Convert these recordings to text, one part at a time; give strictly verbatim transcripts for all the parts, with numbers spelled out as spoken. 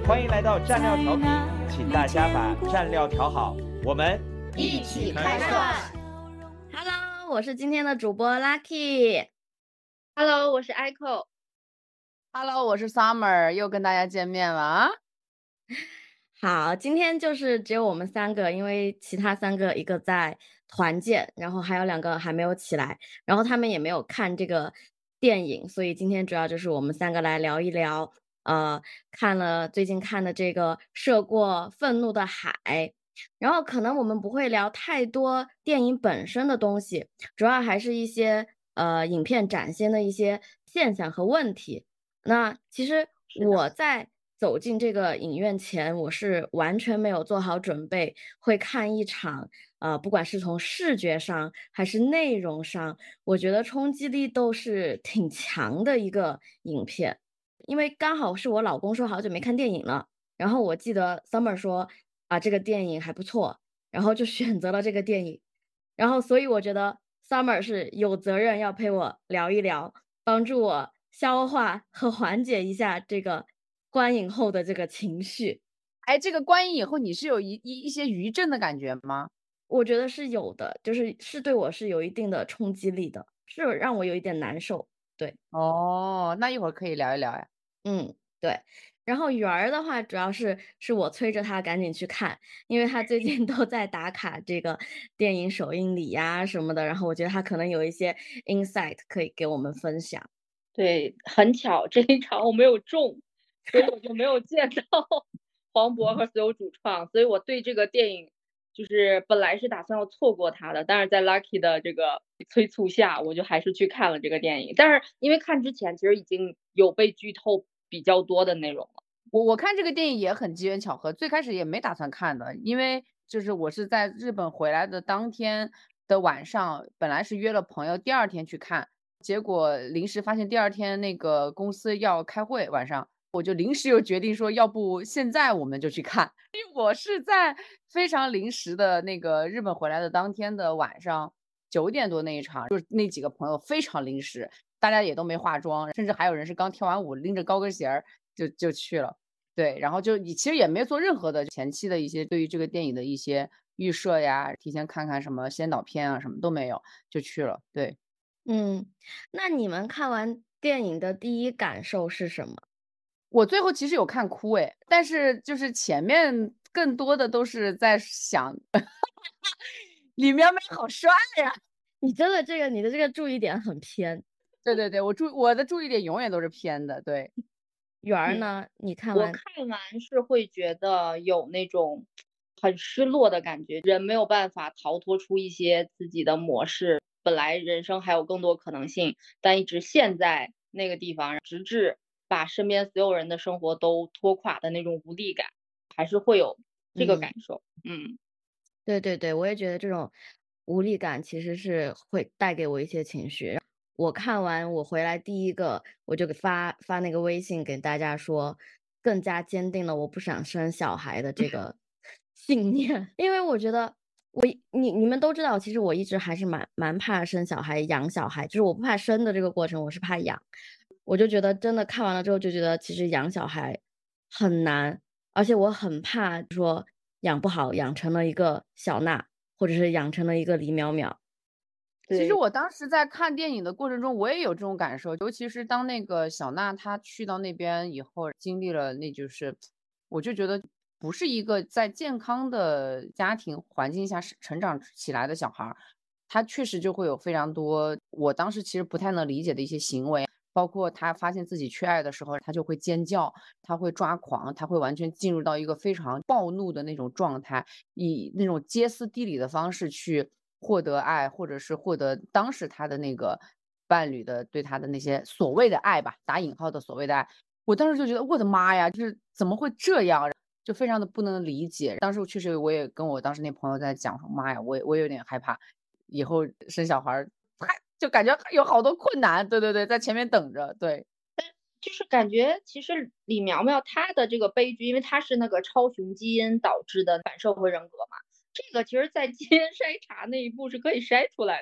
欢迎来到蘸料调频，请大家把蘸料调好，我们一起开涮。 Hello， 我是今天的主播 Lucky。Hello， 我是 Echo。Hello， 我是 Summer， 又跟大家见面了啊。 好，今天就是只有我们三个，因为其他三个一个在团建，然后还有两个还没有起来，然后他们也没有看这个电影，所以今天主要就是我们三个来聊一聊，呃，看了最近看的这个《涉过愤怒的海》，然后可能我们不会聊太多电影本身的东西，主要还是一些呃影片展现的一些现象和问题。那其实我在走进这个影院前，我是完全没有做好准备会看一场呃，不管是从视觉上还是内容上，我觉得冲击力都是挺强的一个影片。因为刚好是我老公说好久没看电影了，然后我记得 Summer 说啊这个电影还不错，然后就选择了这个电影，然后所以我觉得 Summer 是有责任要陪我聊一聊，帮助我消化和缓解一下这个观影后的这个情绪。 哎，这个观影以后你是有一一一些余震的感觉吗？ 我觉得是有的，就是是对我是有一定的冲击力的，是让我有一点难受。对， 哦，那一会儿可以聊一聊呀。 嗯，对。然后圆儿的话，主要是是我催着他赶紧去看，因为他最近都在打卡这个电影首映礼呀什么的，然后我觉得他可能有一些 insight 可以给我们分享。 对，很巧这一场我没有中，所以我就没有见到黄渤和所有主创，所以我对这个电影就是本来是打算要错过它的，但是在 Lucky 的这个催促下，我就还是去看了这个电影。但是因为看之前其实已经有被剧透比较多的内容了。 我我看这个电影也很机缘巧合，最开始也没打算看的，因为就是我是在日本回来的当天的晚上，本来是约了朋友第二天去看，结果临时发现第二天那个公司要开会，晚上我就临时又决定说，要不现在我们就去看。因为我是在非常临时的那个日本回来的当天的晚上九点多那一场，就是那几个朋友非常临时，大家也都没化妆，甚至还有人是刚跳完舞拎着高跟鞋儿就就去了。对，然后就你其实也没做任何的前期的一些对于这个电影的一些预设呀，提前看看什么先导片啊，什么都没有，就去了。对， 嗯，那你们看完电影的第一感受是什么？ 我最后其实有看哭诶，但是就是前面更多的都是在想，李苗苗好帅呀！ 你真的这个你的这个注意点很偏。 对对对，我注我的注意点永远都是偏的。对， 圆儿呢？ 嗯、 你看完？ 我看完是会觉得有那种很失落的感觉，人没有办法逃脱出一些自己的模式，本来人生还有更多可能性，但一直陷在那个地方，直至把身边所有人的生活都拖垮的那种无力感，还是会有这个感受。嗯， 嗯对对对，我也觉得这种无力感其实是会带给我一些情绪。我看完我回来第一个，我就给发发那个微信给大家说，更加坚定了我不想生小孩的这个信念。因为我觉得我你你们都知道，其实我一直还是蛮蛮怕生小孩、养小孩，就是我不怕生的这个过程，我是怕养。我就觉得真的看完了之后，就觉得其实养小孩很难，而且我很怕说养不好，养成了一个小娜，或者是养成了一个李淼淼。 其实我当时在看电影的过程中，我也有这种感受，尤其是当那个小娜她去到那边以后，经历了那就是，我就觉得不是一个在健康的家庭环境下成长起来的小孩，他确实就会有非常多我当时其实不太能理解的一些行为，包括他发现自己缺爱的时候，他就会尖叫，他会抓狂，他会完全进入到一个非常暴怒的那种状态，以那种歇斯底里的方式去获得爱，或者是获得当时他的那个伴侣的对他的那些所谓的爱吧，打引号的所谓的爱。我当时就觉得我的妈呀，就是怎么会这样，就非常的不能理解。当时确实我也跟我当时那朋友在讲说，妈呀，我也我也有点害怕以后生小孩，就感觉有好多困难。对对对，在前面等着。对， 就是感觉其实李苗苗她的这个悲剧，因为她是那个超雄基因导致的反社会人格嘛，这个其实在基因筛查那一步是可以筛出来的。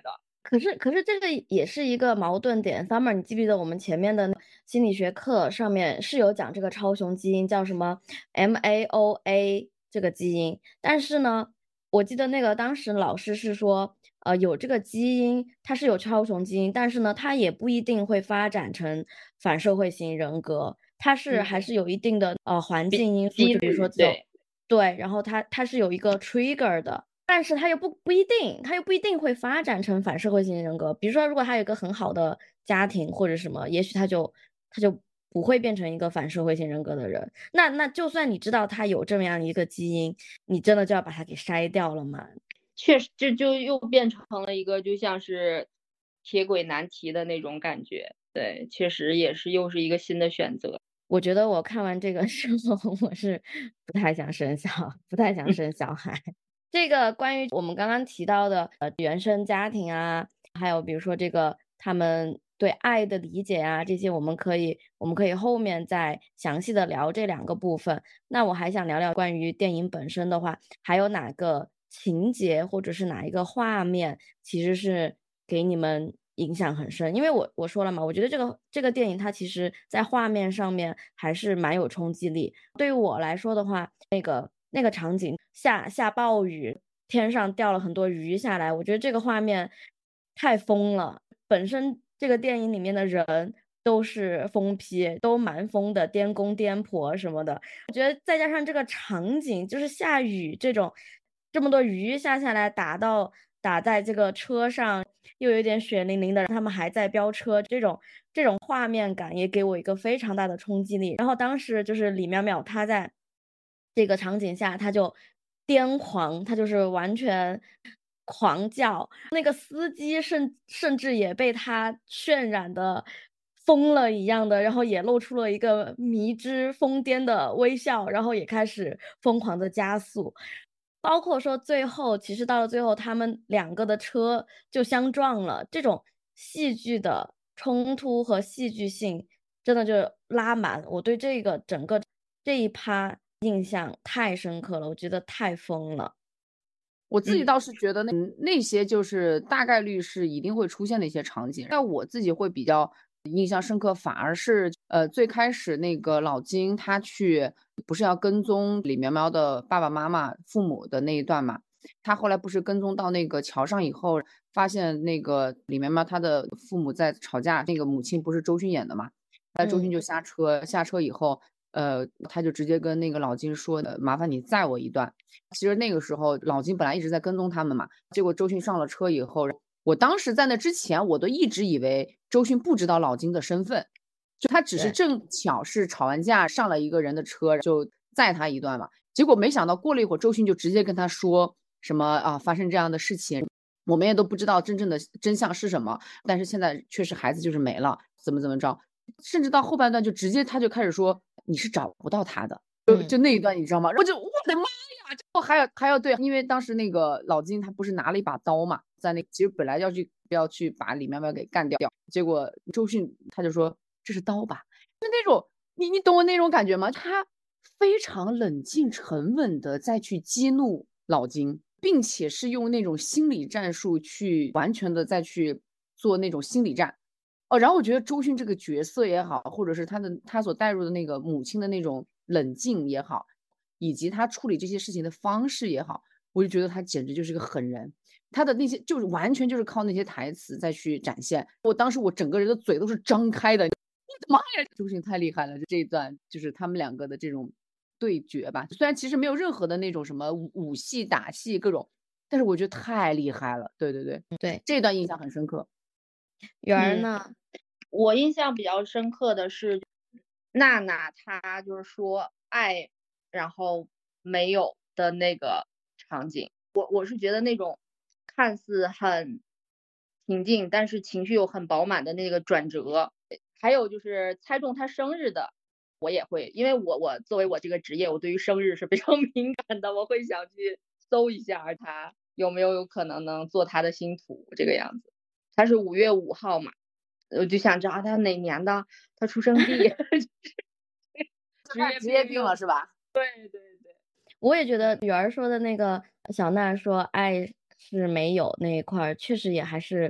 可是可是这个也是一个矛盾点。Summer，你记不记得我们前面的心理学课上面是有讲这个超雄基因叫什么 M A O A 这个基因，但是呢，我记得那个当时老师是说，呃，有这个基因，它是有超雄基因，但是呢，它也不一定会发展成反社会型人格，它是还是有一定的呃环境因素， 几就比如说率这种对对，然后它它是有一个 trigger 的。但是他又不不一定，他又不一定会发展成反社会型人格。比如说，如果他有一个很好的家庭或者什么，也许他就他就不会变成一个反社会型人格的人。那那就算你知道他有这么样一个基因，你真的就要把他给筛掉了吗？ 确实，这就又变成了一个就像是铁轨难题的那种感觉。对，确实也是又是一个新的选择。 我觉得我看完这个之后，我是不太想生小，不太想生小孩。这个关于我们刚刚提到的呃原生家庭啊，还有比如说这个他们对爱的理解啊，这些我们可以我们可以后面再详细的聊这两个部分。那我还想聊聊关于电影本身的话，还有哪个情节或者是哪一个画面其实是给你们影响很深？因为我我说了嘛，我觉得这个这个电影它其实在画面上面还是蛮有冲击力。对于我来说的话，那个那个场景下下暴雨，天上掉了很多鱼下来，我觉得这个画面太疯了。本身这个电影里面的人都是疯批，都蛮疯的，颠公颠婆什么的。我觉得再加上这个场景，就是下雨这种，这么多鱼下下来打到打在这个车上，又有点血淋淋的，他们还在飙车，这种这种画面感也给我一个非常大的冲击力。然后当时就是李淼淼她在这个场景下，她就癫狂，她就是完全狂叫，那个司机甚甚至也被她渲染的疯了一样的，然后也露出了一个迷之疯癫的微笑，然后也开始疯狂的加速。包括说最后，其实到了最后，他们两个的车就相撞了，这种戏剧的冲突和戏剧性真的就拉满。我对这个整个这一趴印象太深刻了，我觉得太疯了。 我自己嗯倒是觉得那那些就是大概率是一定会出现的一些场景，但我自己会比较印象深刻，反而是呃最开始那个老金他去不是要跟踪李苗苗的爸爸妈妈父母的那一段嘛，他后来不是跟踪到那个桥上以后，发现那个李苗苗他的父母在吵架，那个母亲不是周迅演的嘛，后来周迅嗯就下车，下车以后。呃，他就直接跟那个老金说：“呃麻烦你载我一段。”其实那个时候老金本来一直在跟踪他们嘛，结果周迅上了车以后，我当时在那之前我都一直以为周迅不知道老金的身份，就他只是对正巧是吵完架上了一个人的车，就载他一段嘛。结果没想到过了一会儿，周迅就直接跟他说什么啊，发生这样的事情，我们也都不知道真正的真相是什么，但是现在确实孩子就是没了，怎么怎么着，甚至到后半段就直接他就开始说你是找不到他的。就嗯就那一段你知道吗？我就我的妈呀！就还要还要对，因为当时那个老金他不是拿了一把刀嘛，在那其实本来要去要去把李苗苗给干掉，结果周迅他就说这是刀吧，是那种你你懂我那种感觉吗？他非常冷静沉稳的再去激怒老金，并且是用那种心理战术去完全的再去做那种心理战。哦，然后我觉得周迅这个角色也好，或者是他的他所带入的那个母亲的那种冷静也好，以及他处理这些事情的方式也好，我就觉得他简直就是个狠人。他的那些就是完全就是靠那些台词再去展现。我当时我整个人的嘴都是张开的，我的妈呀，周迅太厉害了！这一段就是他们两个的这种对决吧，虽然其实没有任何的那种什么武武戏打戏各种，但是我觉得太厉害了。对对对对， 这段印象很深刻。 圆儿嗯呢？ 我印象比较深刻的是娜娜，她就是说爱，然后没有的那个场景。我我是觉得那种看似很平静，但是情绪又很饱满的那个转折，还有就是猜中他生日的，我也会，因为我我作为我这个职业，我对于生日是非常敏感的，我会想去搜一下他有没有有可能能做他的星图这个样子。他是五月五号嘛。我就想知道他哪年的，他出生地，职业职业病了是吧？ 对对对， 我也觉得圆儿说的那个小娜说爱是没有那一块儿，确实也还是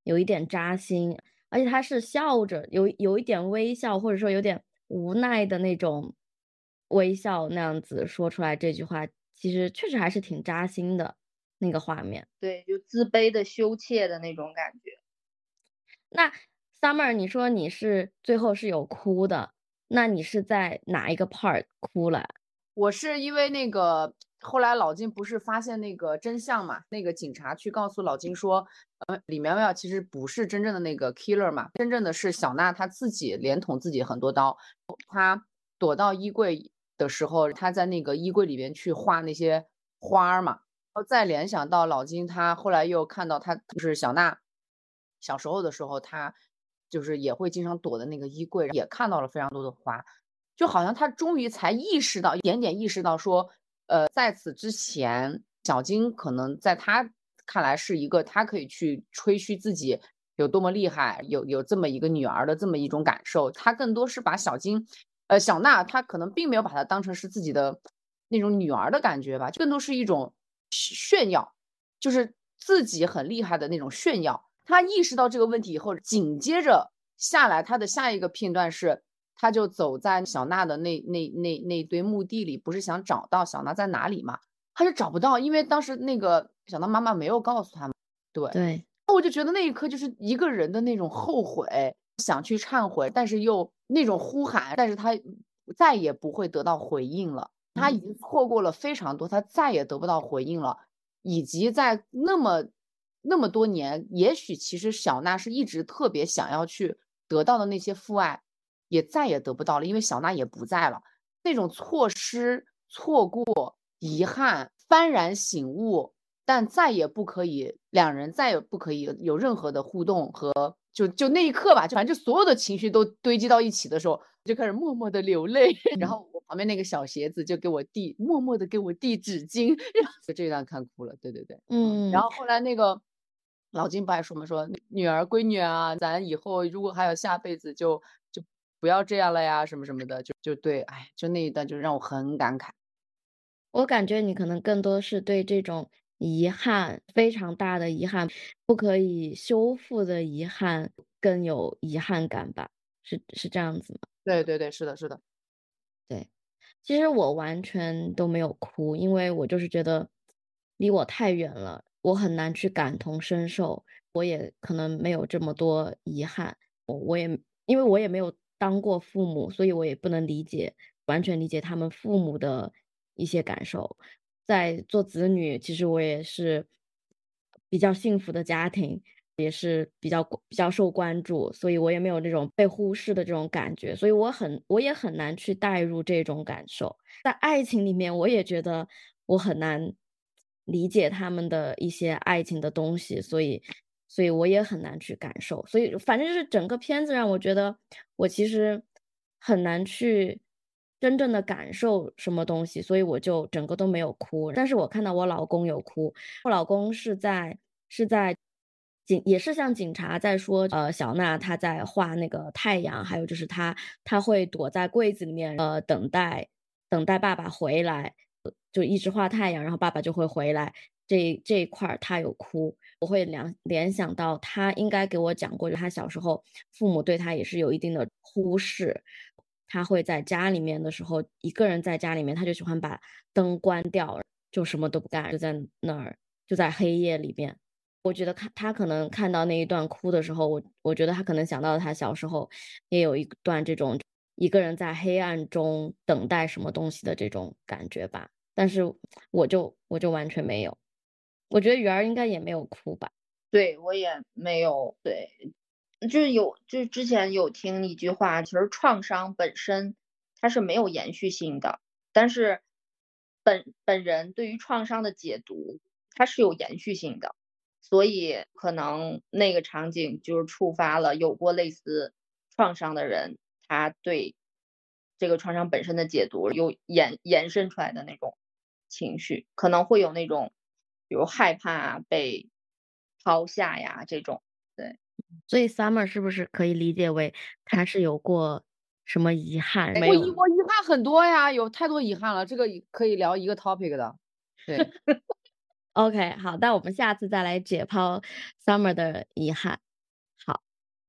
有一点扎心，而且他是笑着，有有一点微笑，或者说有点无奈的那种微笑那样子说出来这句话，其实确实还是挺扎心的那个画面。 对，就自卑的羞怯的那种感觉。 那 Summer， 你说你是最后是有哭的，那你是在哪一个 part 哭了？ 我是因为那个后来老金不是发现那个真相嘛，那个警察去告诉老金说，呃，李苗苗其实不是真正的那个 killer 嘛，真正的是小娜她自己连捅自己很多刀，她躲到衣柜的时候，她在那个衣柜里边去画那些花儿嘛，然后再联想到老金他后来又看到他就是小娜小时候的时候，他就是也会经常躲的那个衣柜，也看到了非常多的花。就好像他终于才意识到一点点意识到说，呃，在此之前，小金可能在他看来是一个他可以去吹嘘自己有多么厉害，有有这么一个女儿的这么一种感受。他更多是把小金，呃，小娜，他可能并没有把她当成是自己的那种女儿的感觉吧，更多是一种炫耀，就是自己很厉害的那种炫耀。他意识到这个问题以后，紧接着下来他的下一个片段是。他就走在小娜的那那那那堆墓地里，不是想找到小娜在哪里嘛？他就找不到，因为当时那个小娜妈妈没有告诉他们。对， 对， 我就觉得那一刻就是一个人的那种后悔，想去忏悔，但是又那种呼喊，但是他再也不会得到回应了。他已经错过了非常多，他再也得不到回应了，以及在那么那么多年，也许其实小娜是一直特别想要去得到的那些父爱。也再也得不到了，因为小娜也不在了。那种错失、错过、遗憾、幡然醒悟，但再也不可以，两人再也不可以有任何的互动和就就那一刻吧，就反正就所有的情绪都堆积到一起的时候，就开始默默的流泪。然后我旁边那个小鞋子就给我递，默默的给我递纸巾，然后就这一段看哭了。对对对， 嗯。 然后后来那个。老金不还说嘛，说女儿闺女啊，咱以后如果还有下辈子就，就不要这样了呀，什么什么的，就就对，哎，就那一段就让我很感慨。 我感觉你可能更多是对这种遗憾，非常大的遗憾，不可以修复的遗憾更有遗憾感吧？是是这样子吗？ 对对对，是的，是的。 对，其实我完全都没有哭，因为我就是觉得离我太远了，我很难去感同身受，我也可能没有这么多遗憾，我我也因为我也没有当过父母，所以我也不能理解，完全理解他们父母的一些感受。在做子女，其实我也是比较幸福的家庭，也是比较比较受关注，所以我也没有这种被忽视的这种感觉，所以我很我也很难去带入这种感受。在爱情里面，我也觉得我很难理解他们的一些爱情的东西，所以所以我也很难去感受。所以反正就是整个片子让我觉得我其实很难去真正的感受什么东西，所以我就整个都没有哭。但是我看到我老公有哭，我老公是在是在警也是像警察在说，呃，小娜她在画那个太阳，还有就是她她会躲在柜子里面，呃，等待等待爸爸回来，呃就一直画太阳，然后爸爸就会回来。这这一块儿他有哭，我会联联想到他应该给我讲过，他小时候父母对他也是有一定的忽视。他会在家里面的时候，一个人在家里面，他就喜欢把灯关掉，就什么都不干，就在那儿，就在黑夜里面。我觉得看他可能看到那一段哭的时候，我我觉得他可能想到了他小时候也有一段这种一个人在黑暗中等待什么东西的这种感觉吧。但是我就我就完全没有，我觉得鱼儿应该也没有哭吧。 对，我也没有，对，就是有，就是之前有听一句话，其实创伤本身它是没有延续性的，但是本本人对于创伤的解读，它是有延续性的，所以可能那个场景就是触发了有过类似创伤的人，他对这个创伤本身的解读有延延伸出来的那种情绪，可能会有那种比如害怕啊被抛下呀这种，对。 所以 Summer 是不是可以理解为他是有过什么遗憾？没我有。 遗我遗憾很多呀，有太多遗憾了，这个可以聊一个 topic 的。对。 OK，好，那我们下次再来解剖 Summer 的遗憾。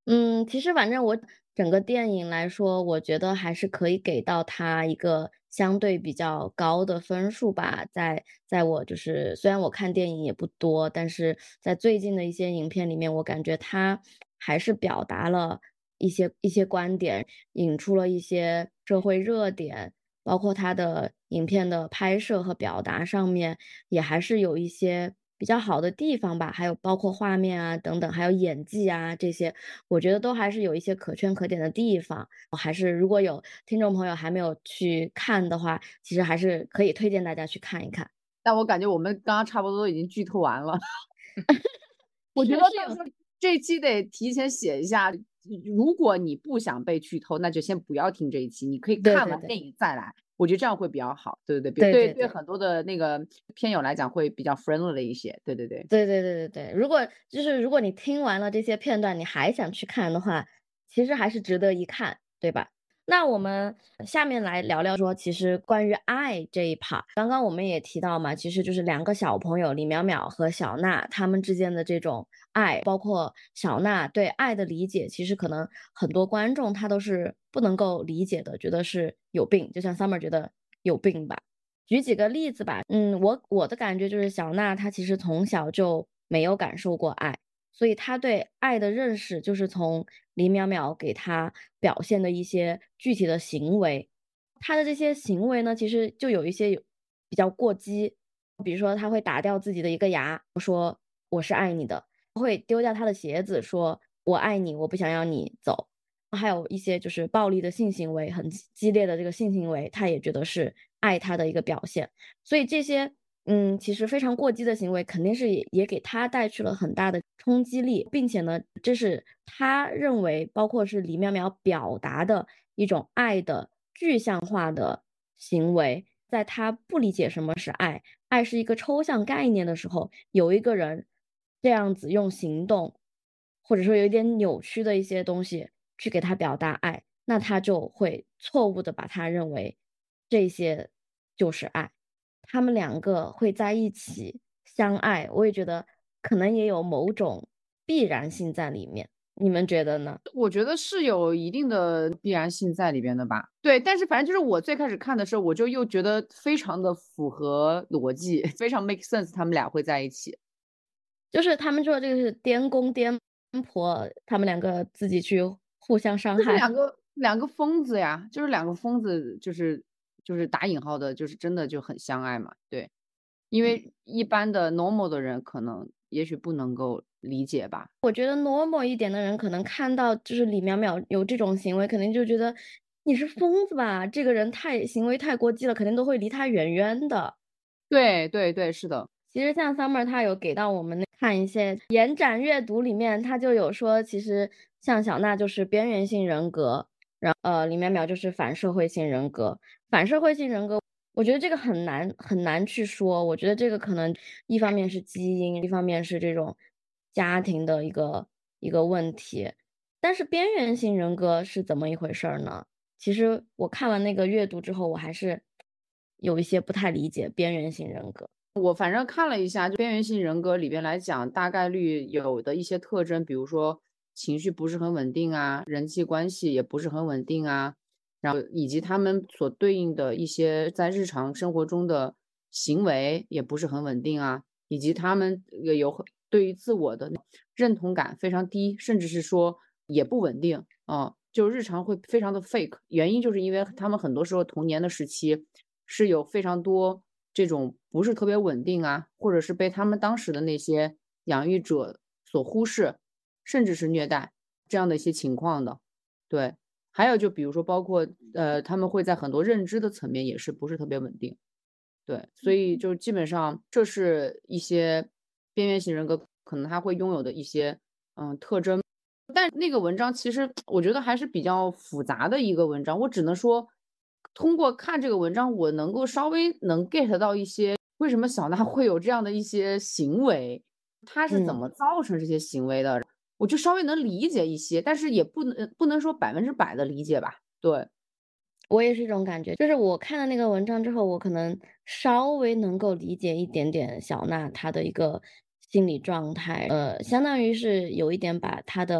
嗯，其实反正我整个电影来说，我觉得还是可以给到它一个相对比较高的分数吧。在在我就是虽然我看电影也不多，但是在最近的一些影片里面，我感觉它还是表达了一些一些观点，引出了一些社会热点，包括它的影片的拍摄和表达上面，也还是有一些比较好的地方吧。还有包括画面啊等等，还有演技啊这些，我觉得都还是有一些可圈可点的地方。还是如果有听众朋友还没有去看的话，其实还是可以推荐大家去看一看。 但我感觉我们刚刚差不多都已经剧透完了。我觉得是是有到时候这一期得提前写一下，如果你不想被剧透，那就先不要听这一期，你可以对对对。 看完电影再来，我觉得这样会比较好。对对对， 对对对。 对对很多的那个片友来讲会比较 friendly 一些，对对对。 对对对对对，如果就是如果你听完了这些片段，你还想去看的话，其实还是值得一看，对吧？那我们下面来聊聊说，其实关于爱这一 part，刚刚我们也提到嘛，其实就是两个小朋友李淼淼和小娜他们之间的这种爱，包括小娜对爱的理解，其实可能很多观众他都是不能够理解的，觉得是有病，就像 Summer 觉得有病吧。举几个例子吧，嗯，我我的感觉就是小娜她其实从小就没有感受过爱，所以她对爱的认识就是从李淼淼给她表现的一些具体的行为。她的这些行为呢，其实就有一些有比较过激，比如说她会打掉自己的一个牙，说我是爱你的，会丢掉她的鞋子，说我爱你，我不想要你走。还有一些就是暴力的性行为，很激激烈的这个性行为，他也觉得是爱他的一个表现。所以这些，嗯，其实非常过激的行为，肯定是也也给他带去了很大的冲击力，并且呢，这是他认为，包括是李淼淼表达的一种爱的具象化的行为。在他不理解什么是爱，爱是一个抽象概念的时候，有一个人这样子用行动，或者说有一点扭曲的一些东西去给他表达爱，那他就会错误的把他认为这些就是爱。他们两个会在一起相爱，我也觉得可能也有某种必然性在里面，你们觉得呢？ 我觉得是有一定的必然性在里边的吧。对，但是反正就是我最开始看的时候，我就又觉得非常的符合逻辑，非常 make sense，他们俩会在一起。 就是他们说这个是颠公颠婆，他们两个自己去互相伤就是害。 两个两个疯子呀，就是两个疯子，就是就是打引号的，就是真的就很相爱嘛。对，因为一般的 normal 的人可能也许不能够理解吧。 我觉得 normal 一点的人可能看到就是李淼淼有这种行为，肯定就觉得你是疯子吧，这个人太行为太过激了，肯定都会离他远远的。 对对对，是的。 其实像 Summer 他有给到我们那看一些延展阅读里面，他就有说，其实像小娜就是边缘性人格，然后呃李淼淼就是反社会性人格。反社会性人格，我觉得这个很难很难去说，我觉得这个可能一方面是基因，一方面是这种家庭的一个一个问题。但是边缘性人格是怎么一回事儿呢？其实我看完那个阅读之后，我还是有一些不太理解边缘性人格。 我反正看了一下，就边缘性人格里边来讲，大概率有的一些特征，比如说情绪不是很稳定啊，人际关系也不是很稳定啊，然后以及他们所对应的一些在日常生活中的行为也不是很稳定啊，以及他们有有很对于自我的认同感非常低，甚至是说也不稳定啊，就日常会非常的 fake。原因就是因为他们很多时候童年的时期是有非常多这种不是特别稳定啊，或者是被他们当时的那些养育者所忽视，甚至是虐待这样的一些情况的。对，还有就比如说包括呃，他们会在很多认知的层面也是不是特别稳定。对，所以就基本上这是一些边缘型人格可能他会拥有的一些嗯特征。但那个文章其实我觉得还是比较复杂的一个文章，我只能说通过看这个文章，我能够稍微能 get 到一些为什么小娜会有这样的一些行为，她是怎嗯。 么造成这些行为的，我就稍微能理解一些，但是也不能不能说百分之百的理解吧。对。 我也是这种感觉，就是我看了那个文章之后，我可能稍微能够理解一点点小娜她的一个心理状态，呃，相当于是有一点把她的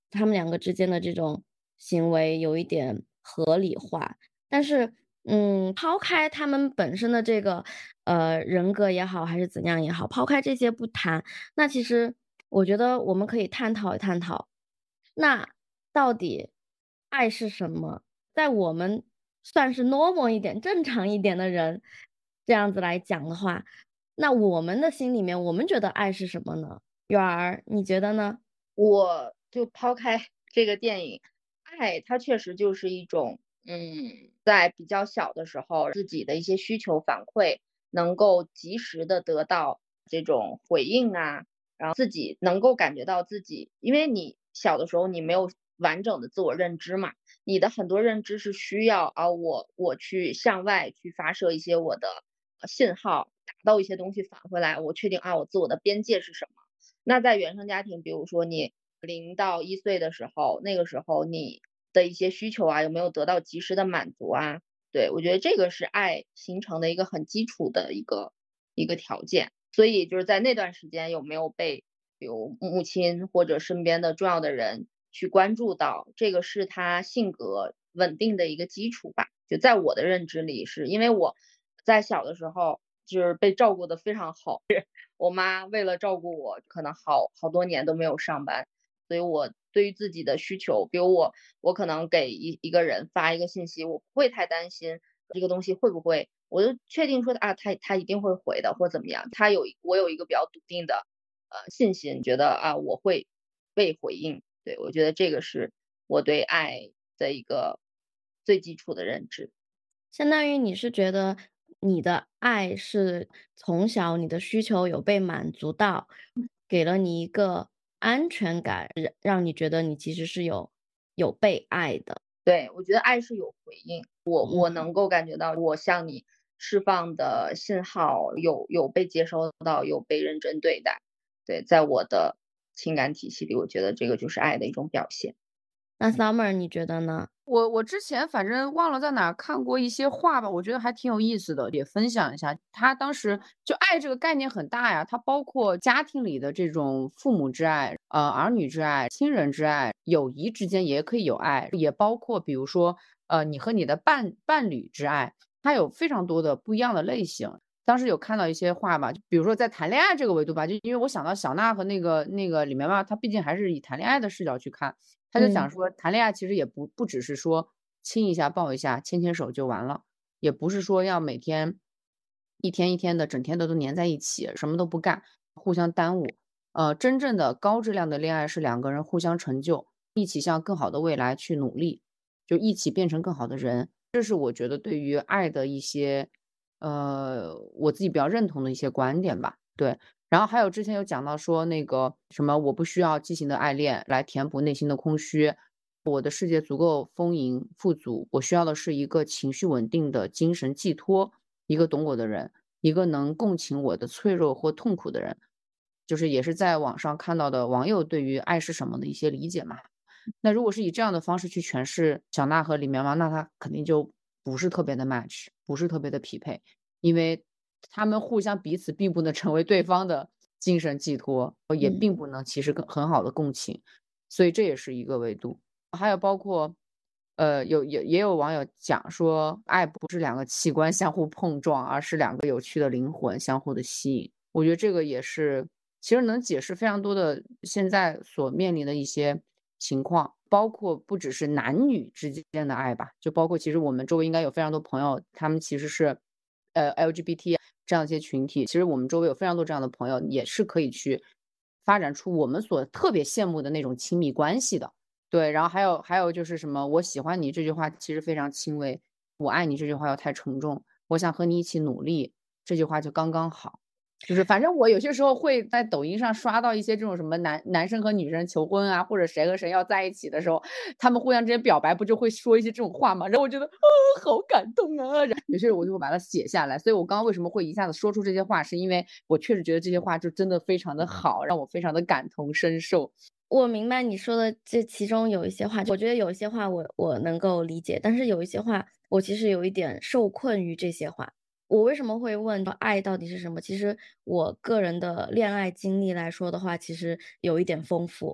他们两个之间的这种行为有一点合理化。但是，嗯，抛开他们本身的这个呃人格也好，还是怎样也好，抛开这些不谈，那其实我觉得我们可以探讨一探讨，那到底爱是什么？在我们算是 normal 一点、正常一点的人这样子来讲的话，那我们的心里面，我们觉得爱是什么呢？月儿，你觉得呢？ 我就抛开这个电影，爱它确实就是一种，嗯，在比较小的时候，自己的一些需求反馈能够及时的得到这种回应啊，然后自己能够感觉到自己，因为你小的时候你没有完整的自我认知嘛，你的很多认知是需要啊，我我去向外去发射一些我的呃信号，达到一些东西返回来，我确定啊，我自我的边界是什么。那在原生家庭，比如说你零到一岁的时候，那个时候你的一些需求啊，有没有得到及时的满足啊？对，我觉得这个是爱形成的一个很基础的一个一个条件。所以就是在那段时间有没有被比如母亲或者身边的重要的人去关注到，这个是他性格稳定的一个基础吧。就在我的认知里，是因为我在小的时候就是被照顾得非常好。我妈为了照顾我，可能好好多年都没有上班，所以我对于自己的需求，比如我我可能给一一个人发一个信息，我不会太担心这个东西会不会，我就确定说啊，他他一定会回的，或怎么样，他有我有一个比较笃定的呃信心，觉得啊我会被回应。对，我觉得这个是我对爱的一个最基础的认知。 相当于你是觉得你的爱是从小你的需求有被满足到，给了你一个安全感，让让你觉得你其实是有有被爱的。 对，我觉得爱是有回应，我我嗯能够感觉到我向你释放的信号有有被接收到，有被认真对待。对，在我的情感体系里，我觉得这个就是爱的一种表现。 那 Summer 你觉得呢？ 我我之前反正忘了在哪儿看过一些话吧，我觉得还挺有意思的，也分享一下。他当时就爱这个概念很大呀，它包括家庭里的这种父母之爱、呃儿女之爱、亲人之爱，友谊之间也可以有爱，也包括比如说呃你和你的伴伴侣之爱，它有非常多的不一样的类型。当时有看到一些话吧，就比如说在谈恋爱这个维度吧，就因为我想到小娜和那个那个里面吧，她毕竟还是以谈恋爱的视角去看。他就讲嗯说，谈恋爱其实也不不只是说亲一下、抱一下、牵牵手就完了，也不是说要每天一天一天的、整天的都黏在一起，什么都不干，互相耽误。呃，真正的高质量的恋爱是两个人互相成就，一起向更好的未来去努力，就一起变成更好的人。这是我觉得对于爱的一些，呃，我自己比较认同的一些观点吧。对，然后还有之前有讲到说那个什么，我不需要畸形的爱恋来填补内心的空虚，我的世界足够丰盈富足，我需要的是一个情绪稳定的精神寄托，一个懂我的人，一个能共情我的脆弱或痛苦的人。就是也是在网上看到的网友对于爱是什么的一些理解嘛。那如果是以这样的方式去诠释小娜和李苗苗，那他肯定就不是特别的 match，不是特别的匹配，因为他们互相彼此并不能成为对方的精神寄托，也嗯并不能其实更很好的共情，所以这也是一个维度。还有包括，呃，有也也有网友讲说，爱不是两个器官相互碰撞，而是两个有趣的灵魂相互的吸引。我觉得这个也是，其实能解释非常多的现在所面临的一些情况，包括不只是男女之间的爱吧，就包括其实我们周围应该有非常多朋友，他们其实是，呃 L G B T 这样一些群体，其实我们周围有非常多这样的朋友，也是可以去发展出我们所特别羡慕的那种亲密关系的。对，然后还有还有就是什么，我喜欢你这句话其实非常轻微，我爱你这句话要太沉重，我想和你一起努力这句话就刚刚好。就是反正我有些时候会在抖音上刷到一些这种什么男男生和女生求婚啊，或者谁和谁要在一起的时候，他们互相之间表白不就会说一些这种话吗？然后我觉得啊，好感动啊！然后有些时候我就会把它写下来。所以我刚刚为什么会一下子说出这些话，是因为我确实觉得这些话就真的非常的好，让我非常的感同身受。 我明白你说的这其中有一些话，我觉得有一些话我我能够理解，但是有一些话我其实有一点受困于这些话。我为什么会问说爱到底是什么？其实我个人的恋爱经历来说的话，其实有一点丰富。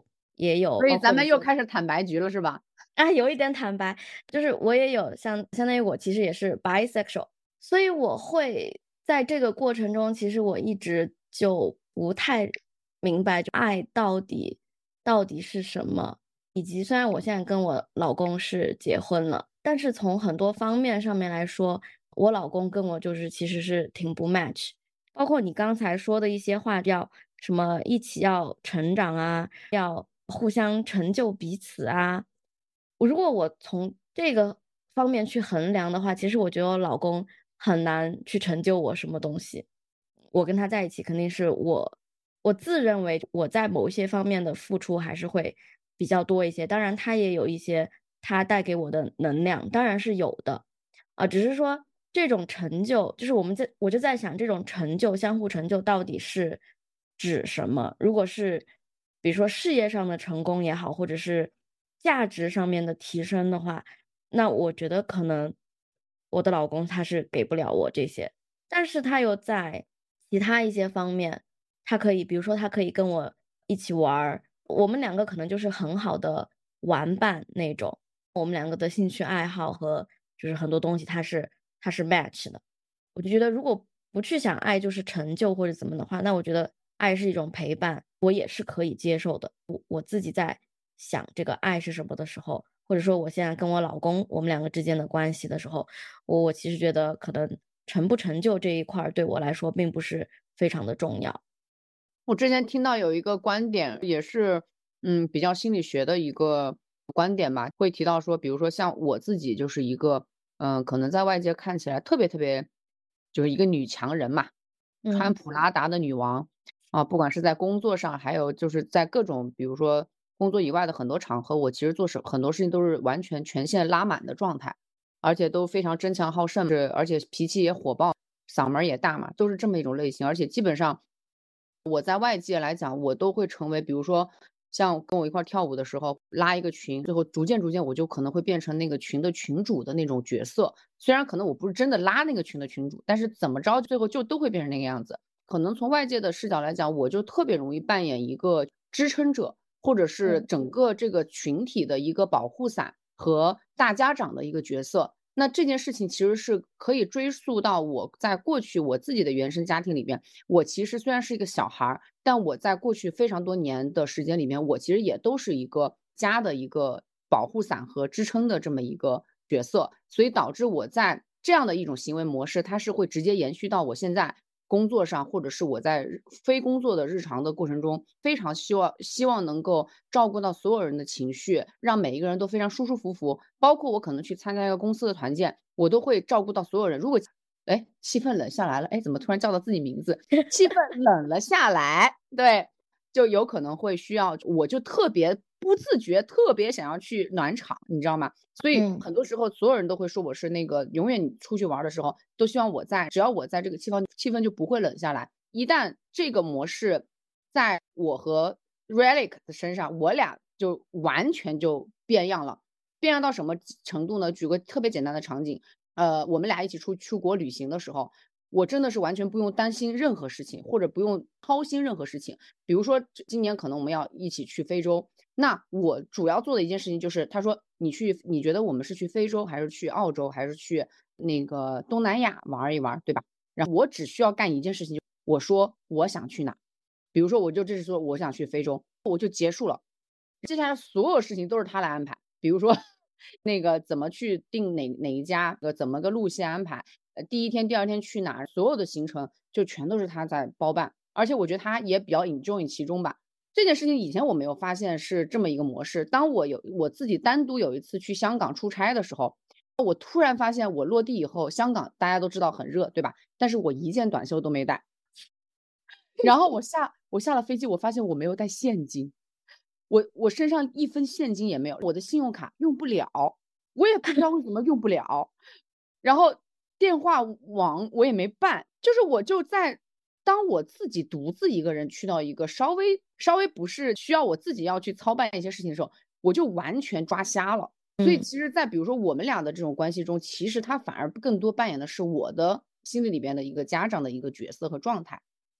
也有， 所以咱们又包括一些开始坦白局了是吧？ 啊，有一点坦白，就是我也有像相当于我其实也是 bisexual，所以我会在这个过程中，其实我一直就不太明白，就爱到底到底是什么，以及虽然我现在跟我老公是结婚了，但是从很多方面上面来说，我老公跟我就是其实是挺不 match，包括你刚才说的一些话，要什么一起要成长啊，要互相成就彼此啊。如果我从这个方面去衡量的话，其实我觉得我老公很难去成就我什么东西。我跟他在一起，肯定是我我自认为我在某一些方面的付出还是会比较多一些。当然，他也有一些他带给我的能量，当然是有的啊、只是说这种成就，就是我们在我就在想，这种成就相互成就到底是指什么？如果是比如说事业上的成功也好，或者是价值上面的提升的话，那我觉得可能我的老公他是给不了我这些，但是他又在其他一些方面，他可以，比如说他可以跟我一起玩儿，我们两个可能就是很好的玩伴那种，我们两个的兴趣爱好和就是很多东西它是它是 match 的。我就觉得如果不去想爱就是成就或者怎么的话，那我觉得爱是一种陪伴，我也是可以接受的。我我自己在想这个爱是什么的时候，或者说我现在跟我老公我们两个之间的关系的时候，我我其实觉得可能成不成就这一块儿对我来说并不是非常的重要。 我之前听到有一个观点，也是嗯比较心理学的一个观点吧，会提到说，比如说像我自己就是一个嗯、呃可能在外界看起来特别特别就是一个女强人嘛，穿嗯普拉达的女王啊，不管是在工作上，还有就是在各种比如说工作以外的很多场合，我其实做事很多事情都是完全权限拉满的状态，而且都非常争强好胜，是而且脾气也火爆，嗓门儿也大嘛，都是这么一种类型，而且基本上。我在外界来讲，我都会成为，比如说像跟我一块儿跳舞的时候，拉一个群，最后逐渐逐渐我就可能会变成那个群的群主的那种角色。虽然可能我不是真的拉那个群的群主，但是怎么着最后就都会变成那个样子。可能从外界的视角来讲，我就特别容易扮演一个支撑者，或者是嗯整个这个群体的一个保护伞和大家长的一个角色。那这件事情其实是可以追溯到我在过去我自己的原生家庭里面，我其实虽然是一个小孩儿，但我在过去非常多年的时间里面，我其实也都是一个家的一个保护伞和支撑的这么一个角色，所以导致我在这样的一种行为模式，它是会直接延续到我现在工作上，或者是我在日非工作的日常的过程中，非常希望希望能够照顾到所有人的情绪，让每一个人都非常舒舒服服。包括我可能去参加一个公司的团建，我都会照顾到所有人。如果哎，气氛冷下来了，哎，怎么突然叫到自己名字？气氛冷了下来，对，就有可能会需要，我就特别不自觉，特别想要去暖场，你知道吗？所以嗯很多时候，所有人都会说我是那个永远你出去玩的时候，都希望我在，只要我在这个气氛，气氛就不会冷下来。一旦这个模式在我和 Relic 的身上，我俩就完全就变样了。变样到什么程度呢？举个特别简单的场景，呃，我们俩一起出出国旅行的时候，我真的是完全不用担心任何事情，或者不用操心任何事情。比如说今年可能我们要一起去非洲，那我主要做的一件事情就是，他说你去，你觉得我们是去非洲，还是去澳洲，还是去那个东南亚玩一玩，对吧？然后我只需要干一件事情，我说我想去哪，比如说我就这是说我想去非洲，我就结束了。接下来所有事情都是他来安排，比如说那个怎么去订哪哪一家，呃，怎么个路线安排，呃，第一天、第二天去哪儿，所有的行程就全都是他在包办，而且我觉得他也比较 enjoy 其中吧。这件事情以前我没有发现是这么一个模式，当我有我自己单独有一次去香港出差的时候，我突然发现我落地以后，香港大家都知道很热，对吧？但是我一件短袖都没带，然后我下我下了飞机，我发现我没有带现金。我我身上一分现金也没有，我的信用卡用不了，我也不知道为什么用不了。然后电话网我也没办，就是我就在当我自己独自一个人去到一个稍微稍微不是需要我自己要去操办一些事情的时候，我就完全抓瞎了。所以嗯其实在比如说我们俩的这种关系中，其实他反而更多扮演的是我的心里里边的一个家长的一个角色和状态。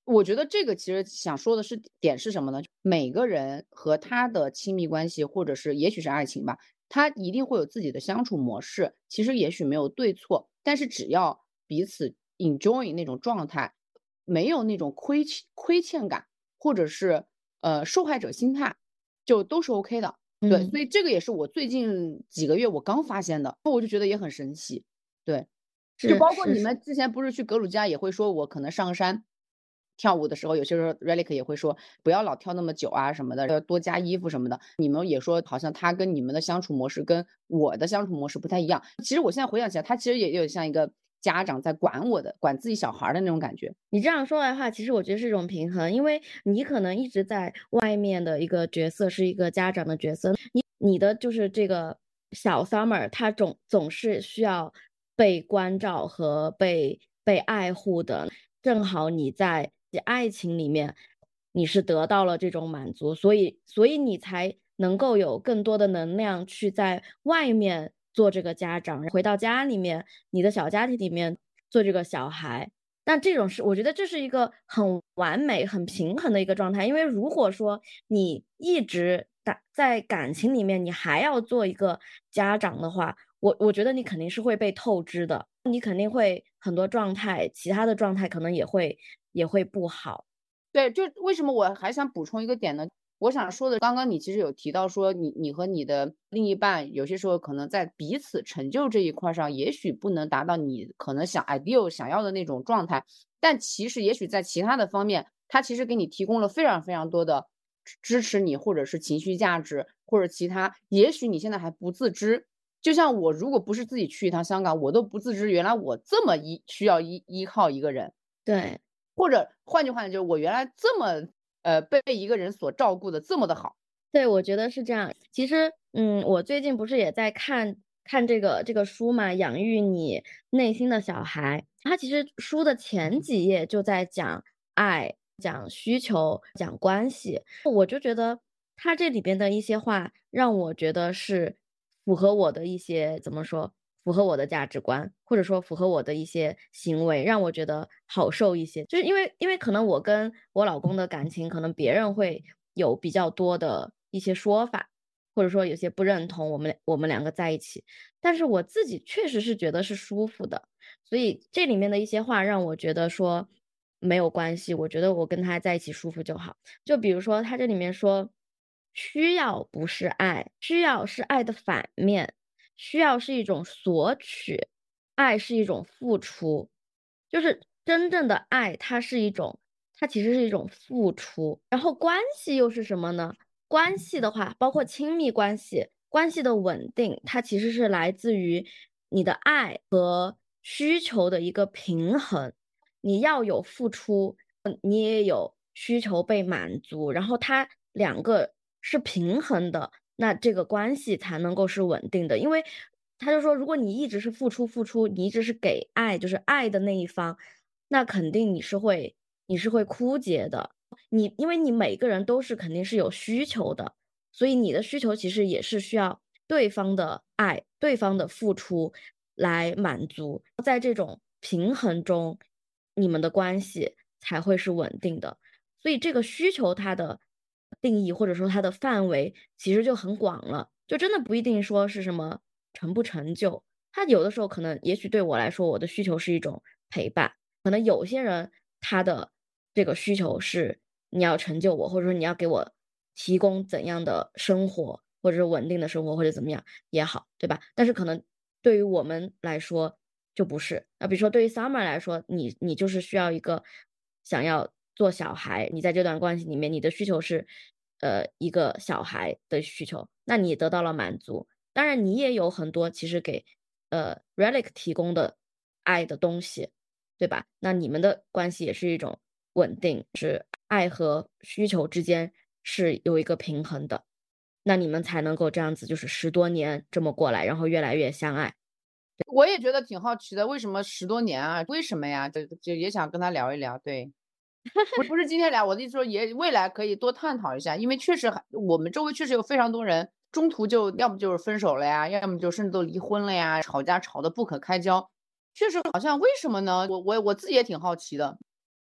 我觉得这个其实想说的是点是什么呢？每个人和他的亲密关系，或者是也许是爱情吧，他一定会有自己的相处模式。其实也许没有对错，但是只要彼此 enjoy 那种状态，没有那种亏欠亏欠感，或者是呃受害者心态，就都是 OK 的。对， 嗯， 所以这个也是我最近几个月我刚发现的，我就觉得也很神奇。对，就包括你是是是， 们之前不是去格鲁吉亚也会说，我可能上山跳舞的时候，有些时候 Relic 也会说不要老跳那么久啊什么的，要多加衣服什么的。你们也说好像他跟你们的相处模式跟我的相处模式不太一样。其实我现在回想起来，他其实也有像一个家长在管我的，管自己小孩的那种感觉。 你这样说来的话，其实我觉得是一种平衡，因为你可能一直在外面的一个角色是一个家长的角色，你你的就是这个小 Summer，他总总是需要被关照和被被爱护的。正好你在爱情里面，你是得到了这种满足，所以所以你才能够有更多的能量去在外面做这个家长，回到家里面，你的小家庭里面做这个小孩。但这种是我觉得这是一个很完美、很平衡的一个状态。因为如果说你一直在在感情里面，你还要做一个家长的话，我我觉得你肯定是会被透支的，你肯定会很多状态，其他的状态可能也会也会不好。 对，就为什么我还想补充一个点呢？我想说的，刚刚你其实有提到说你你和你的另一半有些时候可能在彼此成就这一块上，也许不能达到你可能想 ideal 想要的那种状态，但其实也许在其他的方面，他其实给你提供了非常非常多的支持你，或者是情绪价值，或者其他，也许你现在还不自知。就像我如果不是自己去一趟香港，我都不自知原来我这么依需要依依靠一个人。 对， 或者换句话讲，就是我原来这么呃被一个人所照顾的这么的好。 对，我觉得是这样。其实，嗯，我最近不是也在看看这个这个书嘛，《养育你内心的小孩》。它其实书的前几页就在讲爱、讲需求、讲关系。我就觉得它这里边的一些话，让我觉得是符合我的一些怎么说，符合我的价值观，或者说符合我的一些行为，让我觉得好受一些。就是因为因为可能我跟我老公的感情，可能别人会有比较多的一些说法，或者说有些不认同我们我们两个在一起，但是我自己确实是觉得是舒服的。所以这里面的一些话让我觉得说没有关系，我觉得我跟他在一起舒服就好。就比如说他这里面说，需要不是爱，需要是爱的反面，需要是一种索取，爱是一种付出。就是真正的爱，它是一种，它其实是一种付出。然后关系又是什么呢？关系的话，包括亲密关系，关系的稳定，它其实是来自于你的爱和需求的一个平衡。你要有付出，嗯你也有需求被满足，然后它两个是平衡的，那这个关系才能够是稳定的。因为他就说，如果你一直是付出付出，你一直是给爱，就是爱的那一方，那肯定你是会你是会枯竭的。你因为你每个人都是肯定是有需求的，所以你的需求其实也是需要对方的爱、对方的付出来满足。在这种平衡中，你们的关系才会是稳定的。所以这个需求它的定义或者说它的范围其实就很广了，就真的不一定说是什么成不成就。他有的时候可能也许对我来说，我的需求是一种陪伴，可能有些人他的这个需求是你要成就我，或者说你要给我提供怎样的生活，或者是稳定的生活，或者怎么样也好，对吧？但是可能对于我们来说就不是。那比如说对于 Summer 来说，你你就是需要一个想要做小孩，你在这段关系里面，你的需求是呃一个小孩的需求，那你得到了满足。当然你也有很多其实给呃 Relic 提供的爱的东西，对吧？那你们的关系也是一种稳定，是爱和需求之间是有一个平衡的，那你们才能够这样子，就是十多年这么过来，然后越来越相爱。 我也觉得挺好奇的，为什么十多年啊？为什么呀？就就也想跟他聊一聊。对，不不是今天聊，我的意思说也未来可以多探讨一下，因为确实还我们周围确实有非常多人中途就要么就是分手了呀，要么就甚至都离婚了呀，吵架吵得不可开交。确实好像为什么呢？我我我自己也挺好奇的。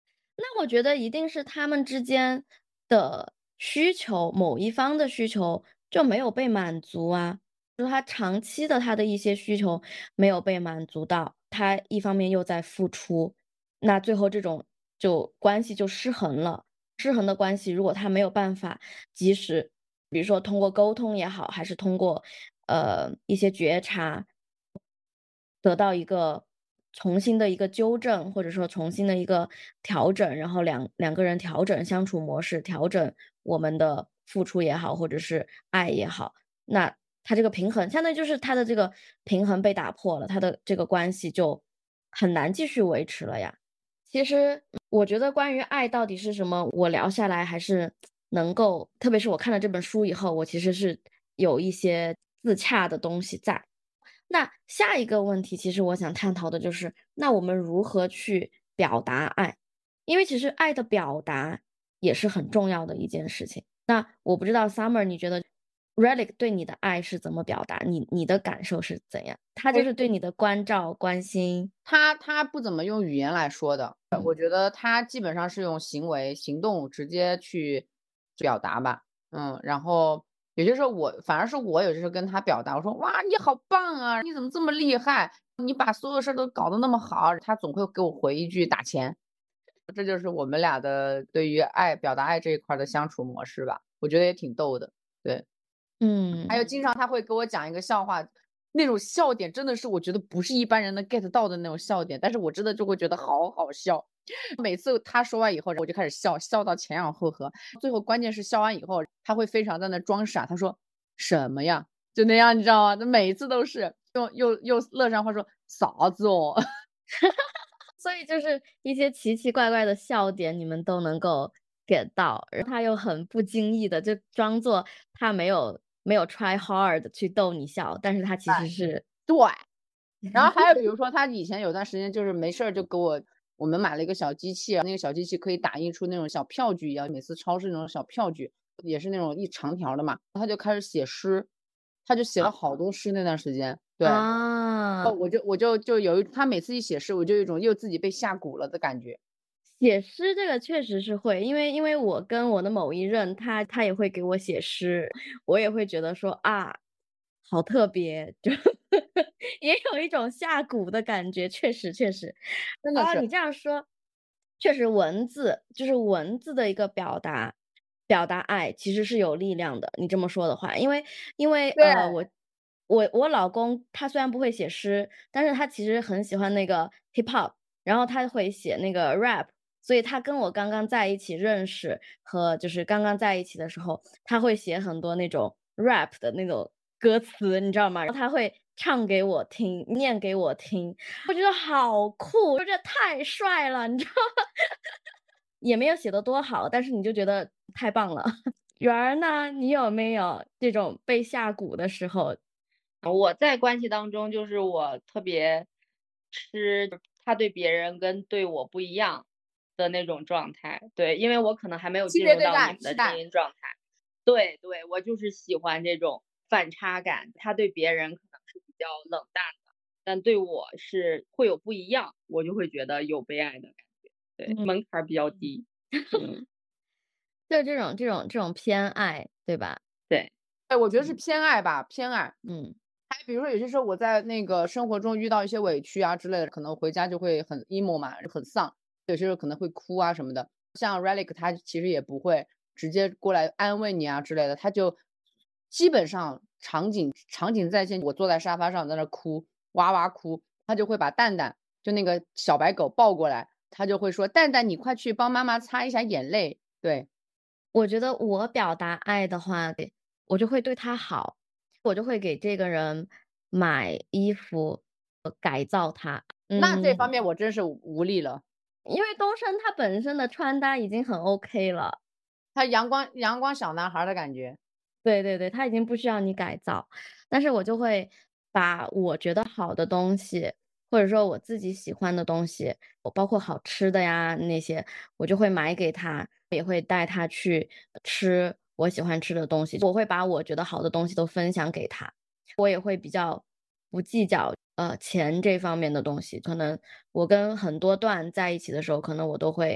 那我觉得一定是他们之间的需求，某一方的需求就没有被满足啊。就是他长期的他的一些需求没有被满足到，他一方面又在付出，那最后这种就关系就失衡了。失衡的关系，如果他没有办法及时，比如说通过沟通也好，还是通过呃一些觉察，得到一个重新的一个纠正，或者说重新的一个调整，然后两两个人调整相处模式，调整我们的付出也好，或者是爱也好，那他这个平衡，相当于就是他的这个平衡被打破了，他的这个关系就很难继续维持了呀。其实我觉得关于爱到底是什么，我聊下来还是能够，特别是我看了这本书以后，我其实是有一些自洽的东西在。那下一个问题，其实我想探讨的就是，那我们如何去表达爱？因为其实爱的表达也是很重要的一件事情。那我不知道 Summer，你觉得 Relic 对你的爱是怎么表达？你你的感受是怎样？他就是对你的关照、关心。 他他不怎么用语言来说的，我觉得他基本上是用行为、行动直接去表达吧。嗯，然后有些时候我反而是我有些时候跟他表达，我说哇你好棒啊，你怎么这么厉害？你把所有事儿都搞得那么好，他总会给我回一句打钱。这就是我们俩的对于爱表达爱这一块的相处模式吧，我觉得也挺逗的。对， 嗯， 还有经常他会给我讲一个笑话，那种笑点真的是我觉得不是一般人能 get 到的那种笑点，但是我真的就会觉得好好笑。每次他说完以后，我就开始笑，笑到前仰后合。最后关键是笑完以后，他会非常在那装傻，他说什么呀？就那样，你知道吗？他每一次都是用又又乐上话说嫂子哦。 所以就是一些奇奇怪怪的笑点，你们都能够 get 到，然后他又很不经意的就装作他没有没有 try hard 去逗你笑，但是他其实是对。然后还有比如说他以前有段时间就是没事儿就给我我们买了一个小机器，那个小机器可以打印出那种小票据一样，每次超市那种小票据也是那种一长条的嘛，他就开始写诗，他就写了好多诗那段时间。对， 啊， 我就我就就有一他每次一写诗，我就有一种又自己被下蛊了的感觉。 写诗这个确实是会，因为因为我跟我的某一任，他他也会给我写诗，我也会觉得说啊，好特别，就也有一种下蛊的感觉，确实确实。啊， 真的是。 你这样说，确实文字就是文字的一个表达，表达爱其实是有力量的。你这么说的话，因为因为对， 呃，我我我老公他虽然不会写诗，但是他其实很喜欢那个 hip hop，然后他会写那个 rap。所以他跟我刚刚在一起认识和就是刚刚在一起的时候，他会写很多那种 rap 的那种歌词，你知道吗？然后他会唱给我听，念给我听，我觉得好酷，我觉得太帅了，你知道吗？也没有写的多好，但是你就觉得太棒了。圆儿呢，你有没有这种被下蛊的时候？ 我在关系当中，就是我特别吃他对别人跟对我不一样的那种状态。对，因为我可能还没有激进入烈对待， 到你们的婚期待。 姻状态。对对，我就是喜欢这种反差感。他对别人可能是比较冷淡的，但对我是会有不一样，我就会觉得有被爱的感觉。对， 嗯门槛儿比较低。嗯， 就这种这种这种偏爱，对吧？ 对， 哎，我觉得是偏爱吧，偏爱。 嗯， 还比如说有些时候我在那个生活中遇到一些委屈啊之类的，可能回家就会很 emo 嘛，很丧，有些时候可能会哭啊什么的。像 Relic 他其实也不会直接过来安慰你啊之类的，他就基本上场景场景再现，我坐在沙发上在那哭，哇哇哭，他就会把蛋蛋就那个小白狗抱过来，他就会说蛋蛋你快去帮妈妈擦一下眼泪。对， 我觉得我表达爱的话，我就会对他好，我就会给这个人买衣服，呃改造他。 那这方嗯， 面我真是无力了。 因为东升他本身的穿搭已经很 OK 了， 他阳光阳光小男孩的感觉。 对对对，他已经不需要你改造，但是我就会把我觉得好的东西，或者说我自己喜欢的东西，我包括好吃的呀那些，我就会买给他，也会带他去吃我喜欢吃的东西，我会把我觉得好的东西都分享给他，我也会比较不计较呃钱这方面的东西，可能我跟很多段在一起的时候，可能我都会